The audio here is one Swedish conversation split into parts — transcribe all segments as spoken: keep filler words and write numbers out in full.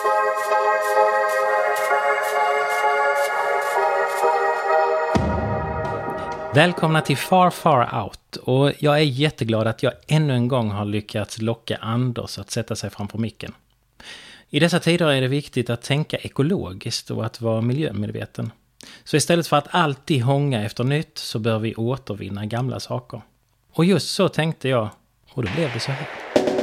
Välkomna till Far Far Out, och jag är jätteglad att jag ännu en gång har lyckats locka Anders att sätta sig framför micken. I dessa tider är det viktigt att tänka ekologiskt och att vara miljömedveten. Så istället för att alltid hånga efter nytt så bör vi återvinna gamla saker. Och just så tänkte jag, och då blev det så här.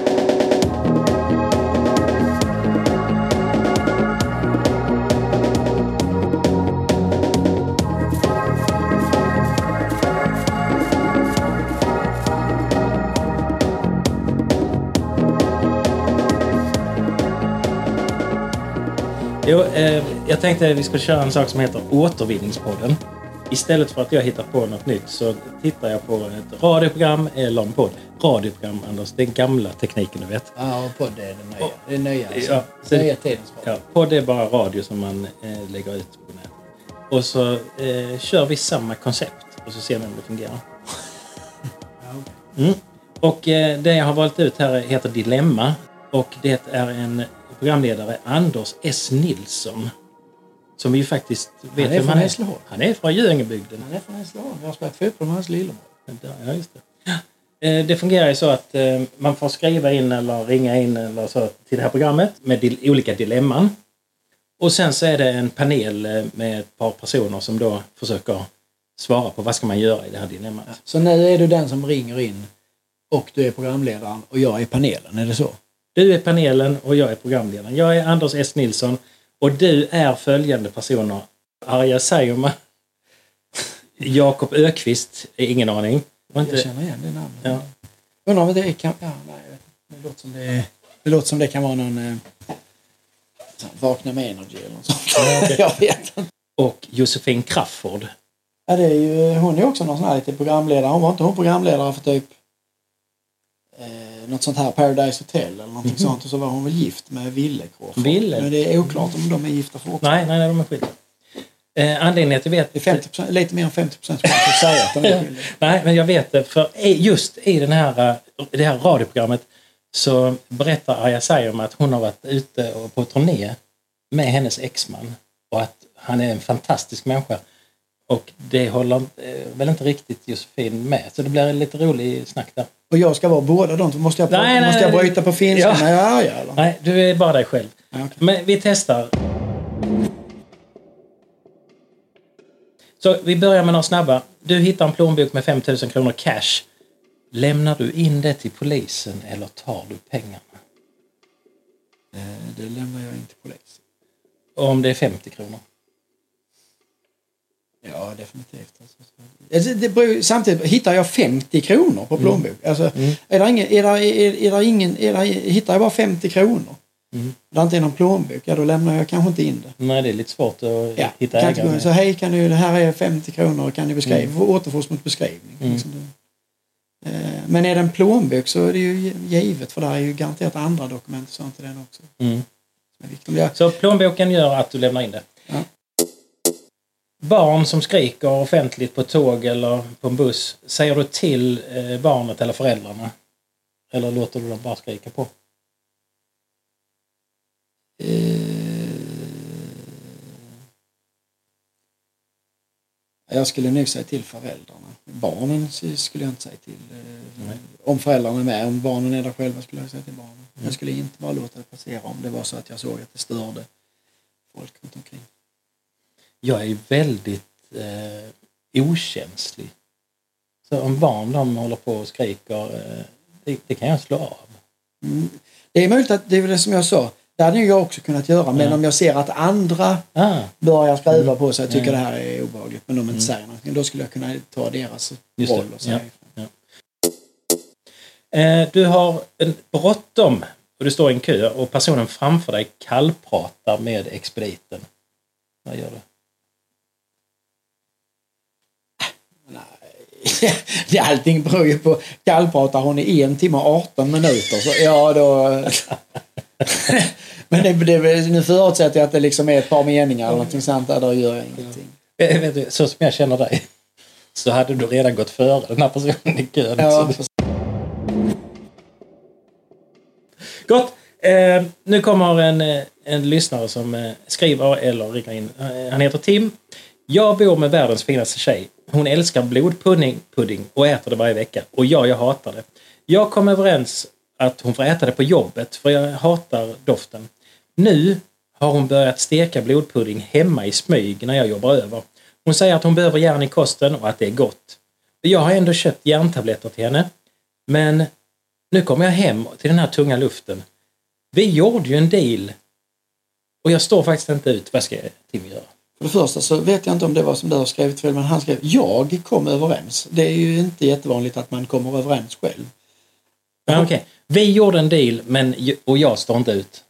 Jo, eh, jag tänkte att vi ska köra en sak som heter Återvinningspodden. Istället för att jag hittar på något nytt så tittar jag på ett radioprogram eller en podd. Radioprogram, Anders, det är gamla tekniken, du vet. Ja, och podd är det nya. Och, det är nya, alltså. Ja, det är nya tidens ja, podd är bara radio som man eh, lägger ut på nätet. Och så eh, kör vi samma koncept och så ser vi om det fungerar. Mm. Och eh, det jag har valt ut här heter Dilemma. Och det är en programledare, Anders S. Nilsson. Som vi ju faktiskt vet han är vem från han är. Hässleholm. Han är från Göingebygden. Han är från Hässleholm. Jag har spelat fotboll med hans lillebror. Ja, just det. Eh, det fungerar ju så att eh, man får skriva in eller ringa in eller så till det här programmet med dil- olika dilemman. Och sen så är det en panel eh, med ett par personer som då försöker svara på vad ska man göra i det här dilemmat. Ja. Så nu är du den som ringer in och du är programledaren och jag är panelen, är det så? Du är panelen och jag är programledaren. Jag är Anders S. Nilsson och du är följande personer. Arja Saijonmaa, Jakob Ökvist, är ingen aning. Inte... Jag känner igen det namnet. Ja. Undrar om det kan... Ja, nej, det låter som det, det låter som det kan vara någon eh, vakna med energy eller något sånt. Ja, okay. Jag vet inte. Och Josefin Crafoord. Ja, det är ju, hon är också någon sån här lite programledare. Hon var inte hon programledare för typ eh, något sånt här Paradise Hotel eller någonting mm-hmm. sånt. Och så var hon väl gift med Ville Crawford. Ville? Men det är oklart om de är gifta för också. Nej, nej, nej, de är skilda. Eh, anledningen till vet... Det är femtio procent, lite mer än femtio procent chans att säga att de är skilda. Nej, men jag vet det. För just i den här, det här radioprogrammet så berättar Arja Saijonmaa att hon har varit ute på turné med hennes exman. Och att han är en fantastisk människa. Och det håller eh, väl inte riktigt Josefin med. Så det blir en lite rolig snack där. Och jag ska vara båda de. Måste jag, nej, måste nej, jag bryta på finska? Ja. Nej, ja, ja, eller? Nej, du är bara dig själv. Ja, okay. Men vi testar. Så vi börjar med några snabba. Du hittar en plånbok med fem tusen kronor cash. Lämnar du in det till polisen eller tar du pengarna? Eh, det lämnar jag in till polisen. Och om det är femtio kronor? Ja, definitivt. Alltså, det beror, samtidigt hittar jag femtio kronor på plånbok. Mm. Alltså, mm. Är det ingen, är det, är, är det ingen, är det, hittar jag bara femtio kronor. Mm. Det är inte någon plånbok. Ja, då lämnar jag kanske inte in det. Nej, det är lite svårt att ja, hitta ägare. Så hej, kan du, det här är femtio kronor. Kan du beskriva? Mm. Återfås mot beskrivning. Mm. Liksom det. Men är det en plånbok så är det ju givet. För det är ju garanterat andra dokument och sånt i den också. Mm. Så, så plånboken gör att du lämnar in det? Ja. Barn som skriker offentligt på tåg eller på en buss, säger du till barnet eller föräldrarna? Eller låter du dem bara skrika på? Eh, jag skulle nog säga till föräldrarna. Barnen skulle jag inte säga till. Eh, om föräldrarna är med, om barnen är där själva skulle jag säga till barnen. Mm. Jag skulle inte bara låta det passera om det var så att jag såg att det störde folk runt omkring. Jag är väldigt eh, okänslig. Så om barn de håller på och skriker, eh, det, det kan jag slå av. Mm. Det är möjligt att det är det som jag sa. Det hade jag också kunnat göra. Men ja. Om jag ser att andra ah. börjar skriva på sig och tycker mm. det här är obehagligt. Men de inte mm. säger någonting. Då skulle jag kunna ta deras Just roll och säga. Ja. Ja. Eh, du har en bråttom och du står i en kö och personen framför dig kallpratar med expediten. Vad gör du? Nej, allting beror ju på. Kallpratar hon i en timme och arton minuter. Så ja, då... Men det, det, nu förutsätter jag att det liksom är ett par meningar eller någonting sånt där, då gör jag ingenting. Ja. Vet du, så som jag känner dig så hade du redan gått före den här personen i kön. Ja. Gott. Eh, nu kommer en, en lyssnare som eh, skriver eller ringer in. Eh, han heter Tim. Jag bor med världens finaste tjej. Hon älskar blodpudding pudding och äter det varje vecka. Och jag, jag hatar det. Jag kom överens att hon får äta det på jobbet för jag hatar doften. Nu har hon börjat steka blodpudding hemma i smyg när jag jobbar över. Hon säger att hon behöver järn i kosten och att det är gott. Jag har ändå köpt järntabletter till henne. Men nu kommer jag hem till den här tunga luften. Vi gjorde ju en deal. Och jag står faktiskt inte ut. Vad ska Tim göra? För det första så vet jag inte om det var som du har skrivit fel, men han skrev jag kom överens. Det är ju inte jättevanligt att man kommer överens själv. Ja, okej. Okay. Vi gjorde en deal men, och jag står inte ut.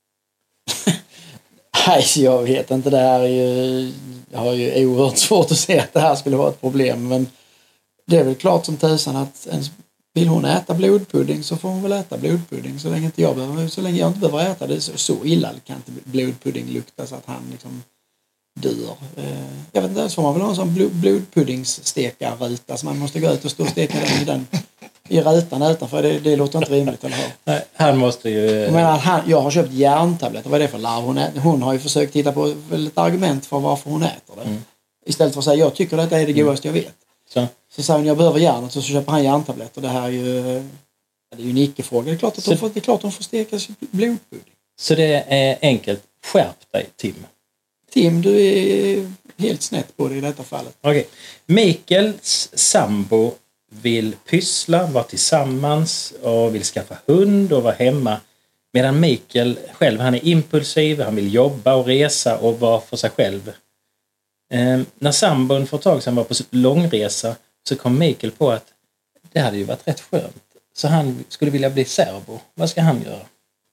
Nej, jag vet inte. Det här är ju, jag har ju oerhört svårt att se att det här skulle vara ett problem. Men det är väl klart som tusan att ens, vill hon äta blodpudding så får hon väl äta blodpudding. Så länge inte jag behöver, så länge jag inte behöver äta det så, så illa kan inte blodpudding lukta så att han liksom dör. Jag vet inte, så får man väl ha en sån blod, blodpuddingsstekar-ruta så man måste gå ut och stå och steka den i den i rutan utanför. Det, det låter inte rimligt, eller hur? Nej, han måste ju... Jag menar, han, jag har köpt järntabletter. Vad är det för larv? Hon, äter, hon har ju försökt titta på ett argument för varför hon äter det. Mm. Istället för att säga, jag tycker att det är det godaste jag vet. Så, så säger hon, jag behöver järnet, så, så köper han järntabletter. Det här är ju, det är ju en icke-fråga. Det är klart att, så, hon, får, det är klart att hon får steka sin blodpudding. Så det är enkelt. Skärp dig, Tim. Tim, du är helt snett på det i detta fallet. Okej. Okay. Michaels sambo vill pyssla, vara tillsammans och vill skaffa hund och vara hemma. Medan Michael själv, han är impulsiv, han vill jobba och resa och vara för sig själv. Eh, när sambon för ett tag sedan var på långresa så kom Michael på att det hade ju varit rätt skönt. Så han skulle vilja bli serbo. Vad ska han göra?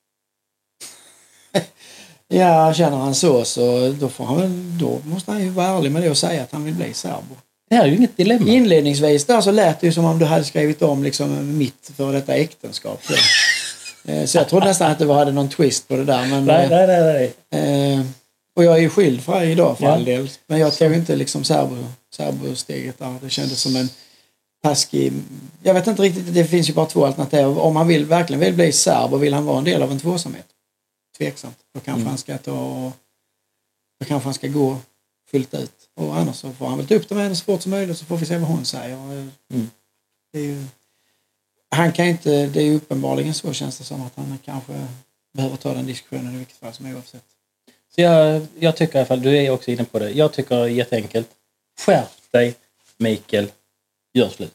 Ja, känner han så så då, får han, då måste han ju vara ärlig med det och säga att han vill bli serbo. Det här är ju inget dilemma. Inledningsvis där så lät det ju som om du hade skrivit om liksom mitt för detta äktenskap. Så, så jag trodde nästan att du hade någon twist på det där. Men, nej, nej, nej. nej. Eh, och jag är ju skild för idag för ja. all del. Men jag tog inte liksom serbo, serbo-steget där. Det kändes som en taskig... Jag vet inte riktigt, det finns ju bara två alternativ. Om han vill, verkligen vill bli serbo, vill han vara en del av en tvåsamhet. Tveksamt. Då kanske mm. han ska ta... Då kanske han ska gå fullt ut. Och annars så får han väl ta upp det med henne så fort som möjligt så får vi se vad hon säger. Mm. Det är ju, han kan inte, det är ju uppenbarligen så känns det som att han kanske behöver ta den diskussionen i vilket fall som är oavsett. Så jag, jag tycker i alla fall, du är också inne på det. Jag tycker jätteenkelt. Skärp dig, Michael. Gör slut.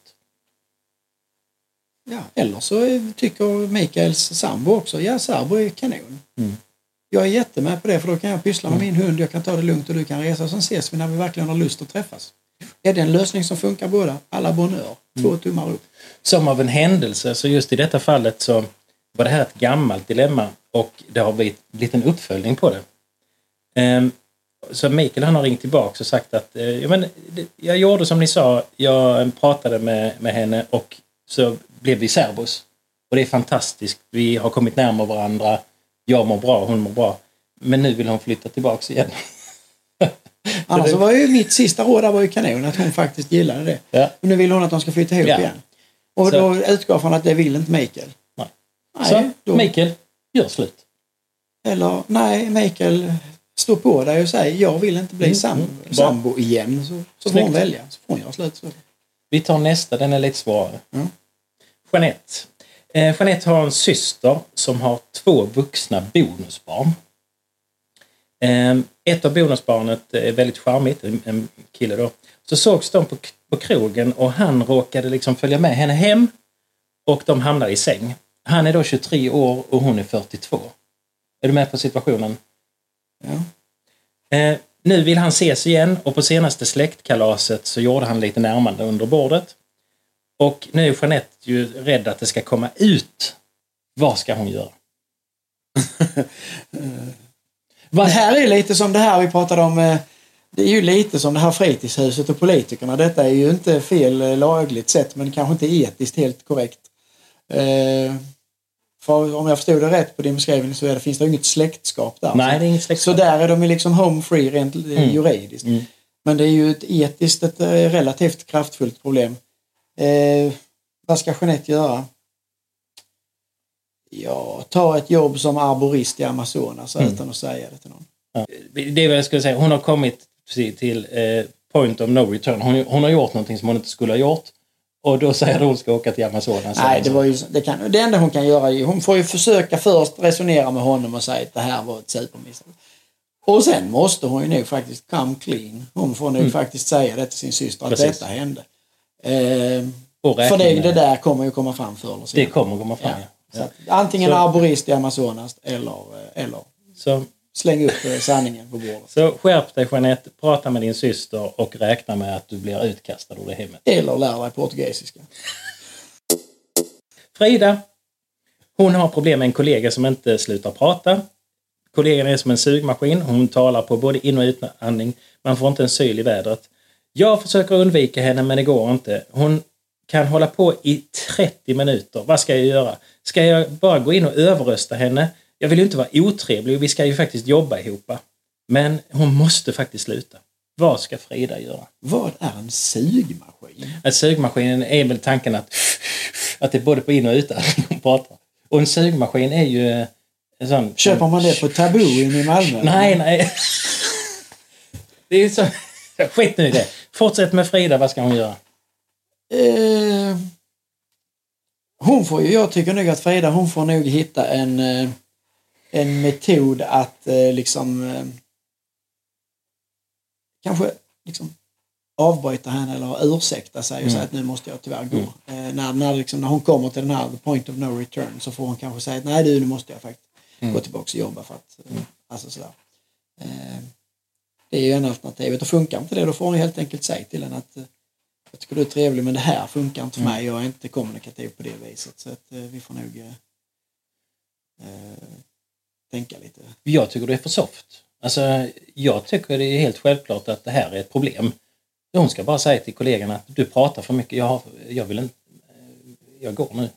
Ja, eller så tycker Michaels sambo också, ja, serbo är kanon. Mm. Jag är jättemed på det för då kan jag pyssla med min hund, jag kan ta det lugnt och du kan resa. Sen ses vi när vi verkligen har lust att träffas. Är det en lösning som funkar båda? Alla bonheur. Två mm. tummar upp. Som av en händelse, så just i detta fallet så var det här ett gammalt dilemma och det har blivit, blivit en uppföljning på det. Um, så Mikael han har ringt tillbaka och sagt att uh, jag, men, jag gjorde som ni sa, jag pratade med, med henne och så blev vi serbos. Och det är fantastiskt, vi har kommit närmare varandra. Jag mår bra, hon mår bra. Men nu vill hon flytta tillbaka igen. Annars det... var ju mitt sista råd där var ju kanon att hon faktiskt gillade det. Ja. Och nu vill hon att de ska flytta ihop ja. igen. Och så... då utgår från att det vill inte Michael. Nej. nej så då... Michael, gör slut. Eller, nej, Michael, stå på dig och säg jag vill inte bli mm. sam- mm. sambo igen. Så, så får hon välja. Så får hon göra slut. Så. Vi tar nästa, den är lite svårare. Mm. Jeanette. Eh, Jeanette har en syster som har två vuxna bonusbarn. Eh, ett av bonusbarnet är väldigt charmigt, en, en kille då. Så sågs de på, på krogen och han råkade liksom följa med henne hem och de hamnade i säng. Han är då tjugotre år och hon är fyrtiotvå. Är du med på situationen? Ja. Eh, nu vill han ses igen och på senaste släktkalaset så gjorde han lite närmande under bordet. Och nu är Jeanette ju rädd att det ska komma ut. Vad ska hon göra? Det här är lite som det här vi pratade om. Det är ju lite som det här fritidshuset och politikerna. Detta är ju inte fel lagligt sett men kanske inte etiskt helt korrekt. För om jag förstod det rätt på din beskrivning så är det, finns det inget släktskap där. Nej, det är inget släktskap. Så där är de liksom home free rent mm. juridiskt. Mm. Men det är ju ett etiskt ett relativt kraftfullt problem. Eh, vad ska Jeanette göra? Ja, ta ett jobb som arborist i Amazonas mm. utan att säga det till någon. Ja. Det är vad jag skulle säga. Hon har kommit till, till eh, point of no return. Hon, hon har gjort någonting som hon inte skulle ha gjort. Och då säger hon att hon ska åka till Amazonas. Nej, det var ju, det, kan, det enda hon kan göra är hon får ju försöka först resonera med honom och säga att det här var ett supermissal. Och sen måste hon ju nog faktiskt come clean. Hon får nog mm. faktiskt säga det till sin syster att Precis. detta hände. Eh, för det, det där kommer ju komma fram förr eller senare. Det kommer komma fram, ja. ja. Så att, antingen så, arborist i Amazonas eller, eller så, släng upp sanningen på bordet. Så skärp dig, Jeanette, prata med din syster och räkna med att du blir utkastad ur det hemmet. Eller lär dig portugisiska. Frida, hon har problem med en kollega som inte slutar prata. Kollegan är som en sugmaskin. Hon talar på både in- och utandning. Man får inte en syl i vädret. Jag försöker undvika henne, men det går inte. Hon kan hålla på i trettio minuter. Vad ska jag göra? Ska jag bara gå in och överrösta henne? Jag vill ju inte vara otrevlig och vi ska ju faktiskt jobba ihop. Men hon måste faktiskt sluta. Vad ska Frida göra? Vad är en sugmaskin? En sugmaskin är väl tanken att, att det är både på in- och utandning hon pratar. Och en sugmaskin är ju en sån... Köper man det på Tabooin i Malmö? Nej, nej. Det är så... Skit nu i det. Fortsätt med Frida, vad ska hon göra? Eh, hon får ju, jag tycker nog att Frida, hon får nog hitta en, en metod att eh, liksom eh, kanske liksom avbryta henne eller ursäkta sig och mm. säga att nu måste jag tyvärr gå. Mm. Eh, när, när, liksom, när hon kommer till den här the point of no return så får hon kanske säga att nej du, nu måste jag faktiskt mm. gå tillbaka och jobba för att, mm. alltså sådär. Eh, det är ju en alternativet och funkar inte det, då får hon helt enkelt säga till henne att jag tycker du är trevlig men det här funkar inte för mm. mig, jag är inte kommunikativ på det viset så att eh, vi får nog eh, tänka lite. Jag tycker det är för soft. Alltså jag tycker det är helt självklart att det här är ett problem. Hon ska bara säga till kollegorna att du pratar för mycket, jag, har, jag vill inte, jag går nu.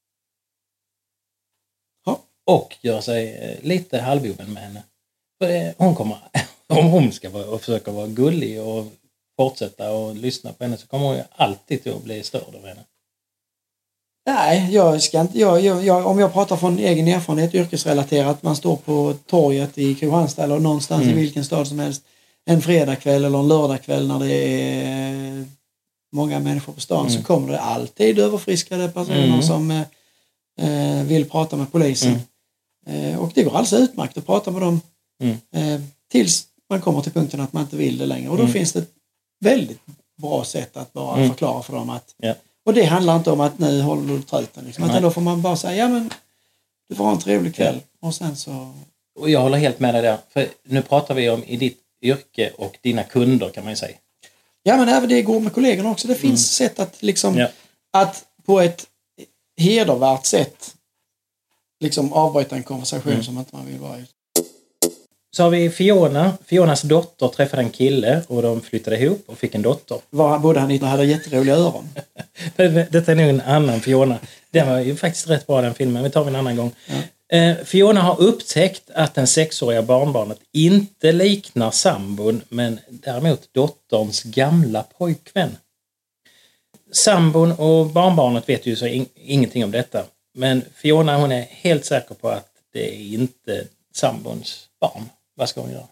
Ja. Och gör sig lite halvovän med henne. För det, hon kommer, om hon ska vara, och försöka vara gullig och fortsätta och lyssna på henne så kommer hon ju alltid till att bli störd av henne. Nej, jag ska inte, jag, jag, jag, om jag pratar från egen erfarenhet yrkesrelaterat, man står på torget i Kristianstad eller någonstans mm. i vilken stad som helst en fredagkväll eller en lördagkväll när det är många människor på stan mm. så kommer det alltid överfriskade personer mm. som eh, vill prata med polisen. Mm. Eh, och det går alldeles utmärkt att prata med dem mm. eh, tills man kommer till punkten att man inte vill det längre. Och då mm. finns det ett väldigt bra sätt att bara mm. förklara för dem att ja. Och det handlar inte om att nu håller du truten. Liksom. Utan då får man bara säga, ja men du får ha en trevlig kväll. Ja. Och sen så... Och jag håller helt med dig där. För nu pratar vi om i ditt yrke och dina kunder kan man ju säga. Ja men även det går med kollegorna också. Det finns mm. sätt att liksom, ja. att på ett hedervärt sätt liksom avbryta en konversation mm. som inte man vill vara i. Så har vi Fiona. Fionas dotter träffade en kille och de flyttade ihop och fick en dotter. Var bodde han i och hade jätteroliga öron? Detta är nog en annan Fiona. Den var ju faktiskt rätt bra den filmen. Vi tar vi en annan gång. Ja. Eh, Fiona har upptäckt att den sexåriga barnbarnet inte liknar sambon men däremot dotterns gamla pojkvän. Sambon och barnbarnet vet ju så in- ingenting om detta. Men Fiona hon är helt säker på att det är inte sambons barn. Vad ska hon göra?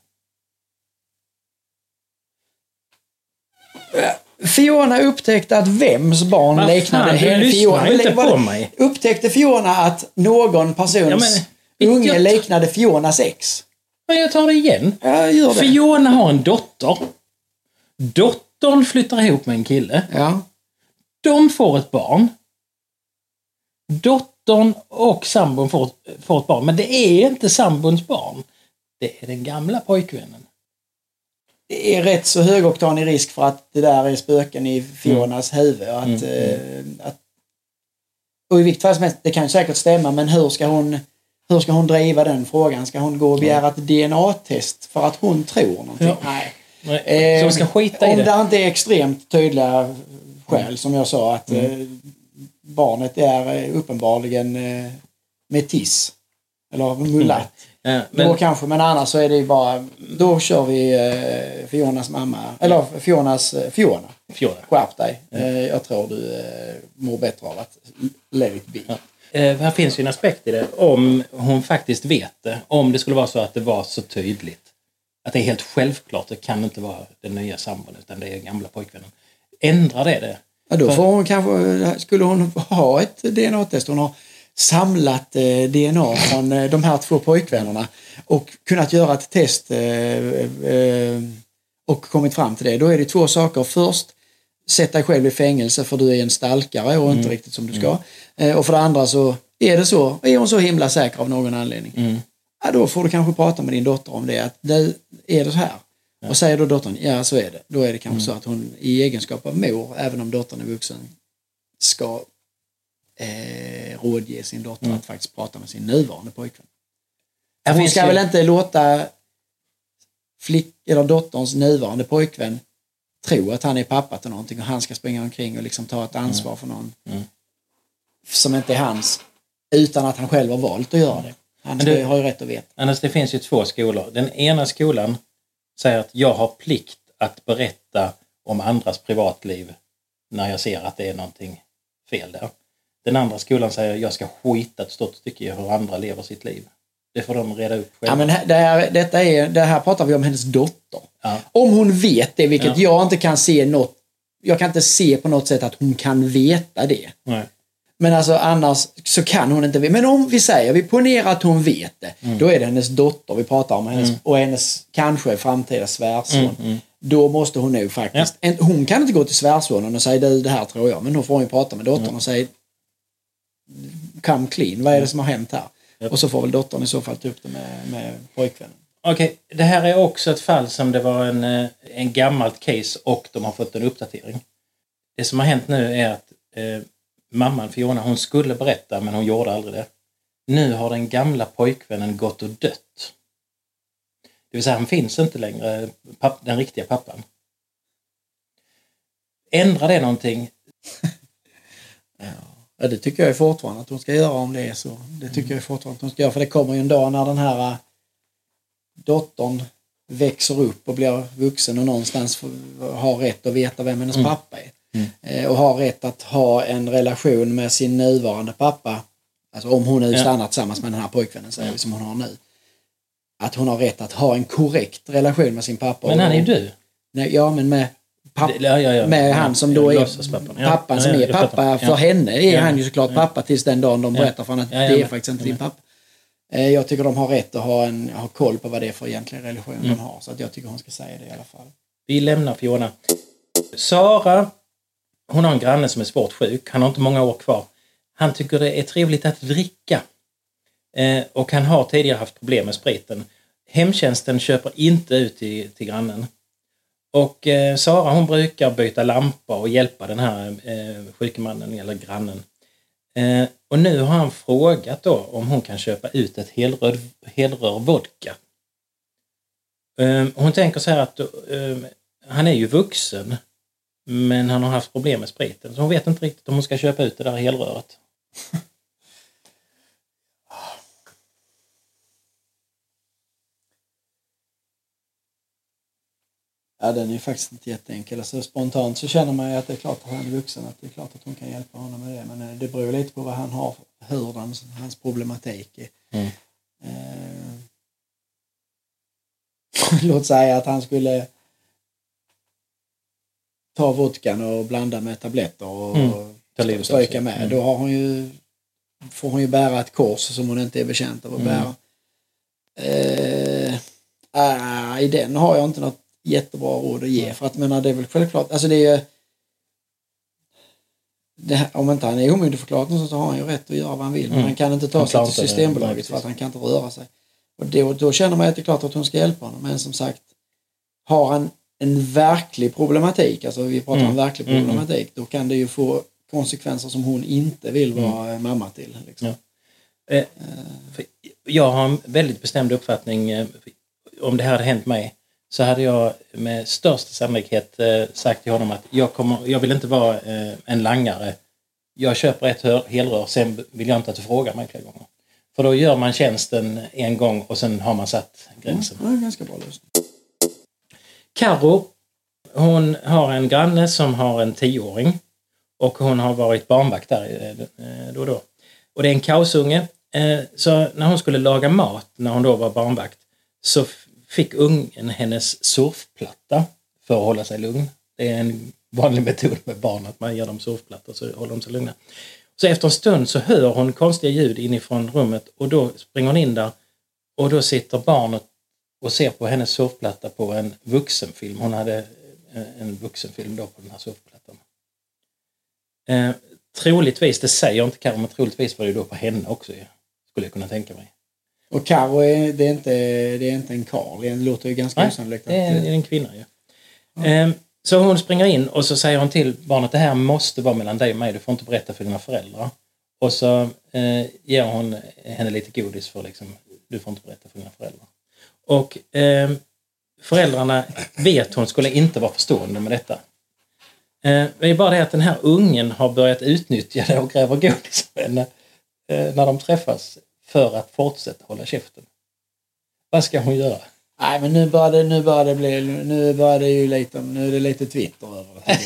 Fiona upptäckte att vems barn Vad liknade fan, henne. Fiona inte på mig. Upptäckte Fiona att någon persons ja, men, unge jag... liknade Fionas ex. Men jag tar det igen. Ja, gör det. Fiona har en dotter. Dottern flyttar ihop med en kille. Ja. De får ett barn. Dottern och sambon får, får ett barn. Men det är inte sambons barn. Det är den gamla pojkvännen. Det är rätt så högoktanig risk för att det där är spöken i Fionas mm. huvud. Att, mm. eh, att, och i vilket fall som helst, det kan säkert stämma, men hur ska hon, hur ska hon driva den frågan? Ska hon gå och begära ett D N A-test för att hon tror någonting? Ja. Nej. Nej. Eh, så hon ska skita i om det? Om det inte är extremt tydliga skäl, mm. som jag sa, att mm. eh, barnet är uppenbarligen eh, metis. Eller mulatt. Mm. Ja, men... Då kanske, men annars så är det ju bara, då kör vi eh, Fionas mamma, eller Fionas, eh, Fiona. Fiona. Skärp dig. Mm. Eh, jag tror du eh, mår bättre av att let it be. Ja. eh, här finns ju en aspekt i det. Om hon faktiskt vet det. Om det skulle vara så att det var så tydligt. Att det är helt självklart. Det kan inte vara den nya sambon utan det är gamla pojkvännen. Ändrar det det? Ja, då får hon kanske, skulle hon ha ett D N A-test. Hon har samlat eh, D N A från eh, de här två pojkvännerna. Och kunnat göra ett test eh, eh, och kommit fram till det. Då är det två saker. Först, sätta dig själv i fängelse för du är en stalkare och mm. inte riktigt som du ska. Mm. Och för det andra så är det så, är hon så himla säker av någon anledning. Mm. Ja, då får du kanske prata med din dotter om det. Att det är det så här. Ja. Och säger då dottern, ja så är det. Då är det kanske mm. så att hon i egenskap av mor, även om dottern är vuxen, ska eh, rådge sin dotter mm. att faktiskt prata med sin nuvarande pojkvän. Hon ska ju... väl inte låta flick eller dotterns nuvarande pojkvän tro att han är pappa till någonting och han ska springa omkring och liksom ta ett ansvar mm. för någon mm. som inte är hans, utan att han själv har valt att göra det. Han ska, det, har ju rätt att veta. Annars det finns ju två skolor. Den ena skolan säger att jag har plikt att berätta om andras privatliv när jag ser att det är någonting fel där. Den andra skolan säger att jag ska skita ett stort stycke i hur andra lever sitt liv. Det får de reda upp själva. Ja, men det här, detta är, det här pratar vi om hennes dotter. Ja. Om hon vet det, vilket ja. jag inte kan se något, jag kan inte se på något sätt att hon kan veta det. Nej. Men alltså annars så kan hon inte veta. Men om vi säger, vi ponerar att hon vet det, mm. då är det hennes dotter vi pratar om, hennes, mm. och hennes kanske framtida svärson. Mm, mm. Då måste hon nog faktiskt, ja. hon kan inte gå till svärsonen och säga det, det här tror jag, men då får hon ju prata med dottern mm. och säga come clean, vad är det som har hänt här? Yep. Och så får väl dottern i så fall ta upp det med, med pojkvännen. Okej, okay. Det här är också ett fall som det var en, en gammalt case och de har fått en uppdatering. Det som har hänt nu är att eh, mamman Fiona, hon skulle berätta men hon gjorde aldrig det. Nu har den gamla pojkvännen gått och dött. Det vill säga han finns inte längre, papp, den riktiga pappan. Ändrar det någonting? Ja, det tycker jag är fortfarande att hon ska göra om det är så. Det tycker mm. jag är fortfarande att hon ska göra. För det kommer ju en dag när den här äh, dottern växer upp och blir vuxen och någonstans får, har rätt att veta vem hennes mm. pappa är. Mm. Eh, och har rätt att ha en relation med sin nuvarande pappa. Alltså om hon nu stannar tillsammans med den här pojkvännen, säger vi, som hon har nu. Att hon har rätt att ha en korrekt relation med sin pappa. Men han är ju du. Nej, ja, men med... Papp, ja, ja, ja. med han som då är pappan som är pappa för henne är ja. han ju såklart ja. pappa tills den dagen de berättar för honom att ja, ja, det är faktiskt inte din pappa. Jag tycker de har rätt att ha, en, ha koll på vad det är för egentligen relation mm. de har, så att jag tycker hon ska säga det i alla fall. Vi lämnar Fiona. Sara, hon har en granne som är svårt sjuk, han har inte många år kvar. Han tycker det är trevligt att dricka eh, och han har tidigare haft problem med spriten. Hemtjänsten köper inte ut till, till grannen. Och eh, Sara hon brukar byta lampa och hjälpa den här eh, sjukmannen eller grannen. Eh, och nu har han frågat då om hon kan köpa ut ett helrör, helrör vodka. Eh, hon tänker så här att eh, han är ju vuxen men han har haft problem med spriten. Så hon vet inte riktigt om hon ska köpa ut det där helröret. Ja, den är ju faktiskt inte jätteenkel. Alltså, spontant så känner man ju att det är klart att han är vuxen, att det är klart att hon kan hjälpa honom med det. Men det beror lite på vad han har, hur hans, hans problematik är. Mm. Eh, låt säga att han skulle ta vodkan och blanda med tabletter och mm. stryka med. Mm. Då har hon ju, får hon ju bära ett kors som hon inte är bekänt av att bära. Mm. Eh, äh, I den har jag inte något jättebra råd att ge, för att menar det är väl självklart, alltså det är det här, om inte han är omyndigförklarad så har han ju rätt att göra vad han vill, mm. men han kan inte ta sig till Systembolaget för att han kan inte röra sig, och då, då känner man att det är klart att hon ska hjälpa honom, men som sagt, har han en verklig problematik, alltså vi pratar mm. om verklig problematik, mm. då kan det ju få konsekvenser som hon inte vill vara mm. mamma till liksom. Ja. Eh, för jag har en väldigt bestämd uppfattning, eh, om det här hade hänt mig så hade jag med största sannolikhet eh, sagt till honom att jag, kommer, jag vill inte vara eh, en langare. Jag köper ett hör, helrör, sen vill jag inte att du frågar mig flera gånger. För då gör man tjänsten en gång och sen har man satt gränsen. Mm, det är ganska bra lösning. Karo, hon har en granne som har en tioåring och hon har varit barnvakt där eh, då och då. Och det är en kaosunge. Eh, så när hon skulle laga mat, när hon då var barnvakt, så f- fick ungen hennes surfplatta för att hålla sig lugn. Det är en vanlig metod med barn, att man ger dem surfplattor så håller de sig lugna. Så efter en stund så hör hon konstiga ljud inifrån rummet och då springer hon in där och då sitter barnet och ser på hennes surfplatta på en vuxenfilm. Hon hade en vuxenfilm då på den här surfplattan. Eh, troligtvis, det säger inte Karo, men troligtvis var det då på henne också, skulle jag kunna tänka mig. Och Karo är, det är inte, det är inte en karl, det låter ju ganska osannolikt. Det är en, en kvinna, ja. ja. Eh, så hon springer in och så säger hon till barnet, det här måste vara mellan dig och mig, du får inte berätta för dina föräldrar. Och så eh, ger hon henne lite godis för liksom, du får inte berätta för dina föräldrar. Och eh, föräldrarna vet hon skulle inte vara förstående med detta. Eh, det är bara det att den här ungen har börjat utnyttja det och gräver godis med henne eh, när de träffas för att fortsätta hålla käften. Vad ska hon göra? Nej, men nu börjar det, nu börjar det bli, nu börjar det ju lite, nu är det lite Twitter över det.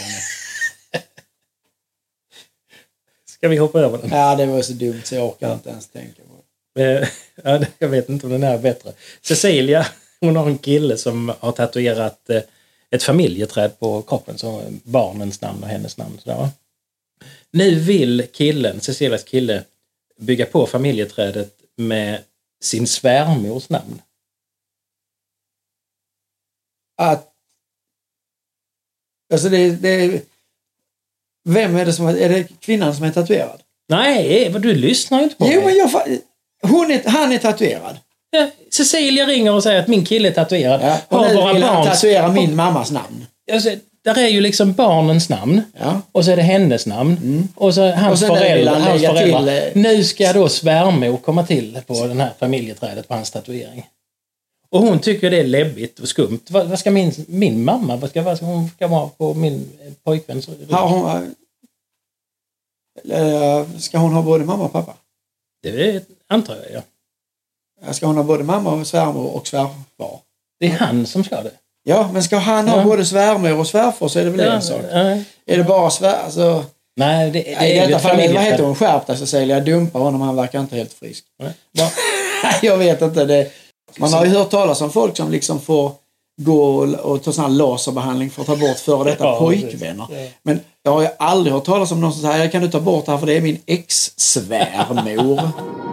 Ska vi hoppa över den? Ja, det var så dumt så jag orkar inte ens tänka på det. Ja, jag vet inte om den är bättre. Cecilia, hon har en kille som har tatuerat ett familjeträd på kroppen, så barnens namn och hennes namn. Sådär. Nu vill killen, Cecilias kille, bygga på familjeträdet med sin svärmors namn. Att, alltså det, det vem är det som är det kvinnan som är tatuerad? Nej, du lyssnar ju inte på jo, mig. Men jag, hon är, han är tatuerad. Ja, Cecilia ringer och säger att min kille är tatuerad. Ja, och har nu våra vill han barns... tatuera min mammas namn. Alltså, där är ju liksom barnens namn. Ja. Och så är det hennes namn. Mm. Och så hans och föräldrar. Hans föräldrar. Till... Nu ska då svärmor komma till på den här familjeträdet på hans tatuering. Och hon tycker det är läbbigt och skumt. Vad, vad ska min, min mamma, vad ska, vad ska hon ska vara på min pojkväns rygg? Har hon, eller ska hon ha både mamma och pappa? Det antar jag, ja. Ska hon ha både mamma och svärmor och svärfar? Det är han som ska det. Ja, men ska han ja. ha både svärmor och svärfar så är det väl ja, en sak. Ja. Är det bara svär... Alltså... Nej, det, det Nej, är i detta fallet, vad heter hon? Skärpta Cecilia, dumpa honom, han verkar inte helt frisk. Nej. Jag vet inte, det... Man har ju hört talas om folk som liksom får gå och ta sån här laserbehandling för att ta bort före detta ja, pojkvänner. Ja. Men jag har ju aldrig hört talas om någon som säger, jag kan du ta bort det här för det är min ex-svärmor.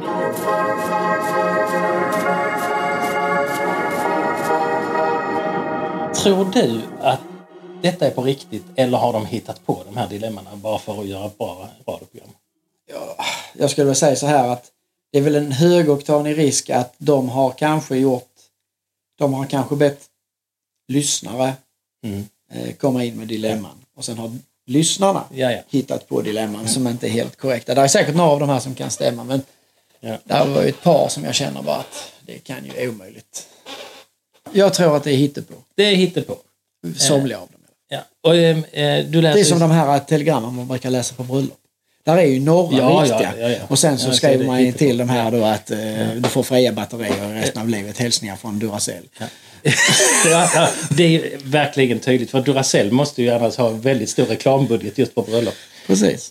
Tror du att detta är på riktigt eller har de hittat på de här dilemmana bara för att göra ett bra radioprogram? Ja, jag skulle väl säga så här att det är väl en högoktanig risk att de har kanske gjort, de har kanske bett lyssnare mm. eh, komma in med dilemman. Och sen har lyssnarna ja, ja. hittat på dilemman mm. som inte är helt korrekta. Det är säkert några av de här som kan stämma, men ja. det var ju ett par som jag känner bara att det kan ju är omöjligt. Jag tror att det är hittepå. Det är hittepå. Somliga eh, av dem. Ja. Och, eh, du läser... Det är som de här telegrammen man brukar läsa på bröllop. Där är ju några ja, riktiga. Ja, ja, ja. Och sen så jag skriver man till på. de här då att ja. eh, du får fria batterier resten av livet. Hälsningar från Duracell. Ja. ja, ja, det är verkligen tydligt. För Duracell måste ju annars ha en väldigt stor reklambudget just på bröllop. Precis.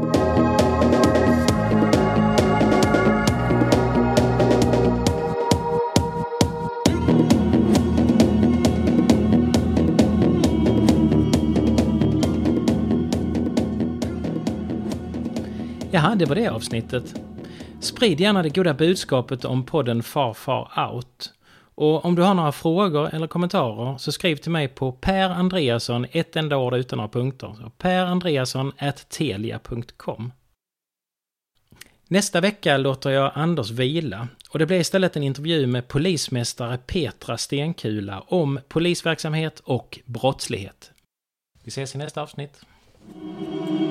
Jaha, det var det avsnittet. Sprid gärna det goda budskapet om podden Far Far Out. Och om du har några frågor eller kommentarer så skriv till mig på Per Andreasson, ett enda ord utan några punkter. Så per andreasson at telia punkt com. Nästa vecka låter jag Anders vila och det blir istället en intervju med polismästare Petra Stenkula om polisverksamhet och brottslighet. Vi ses i nästa avsnitt.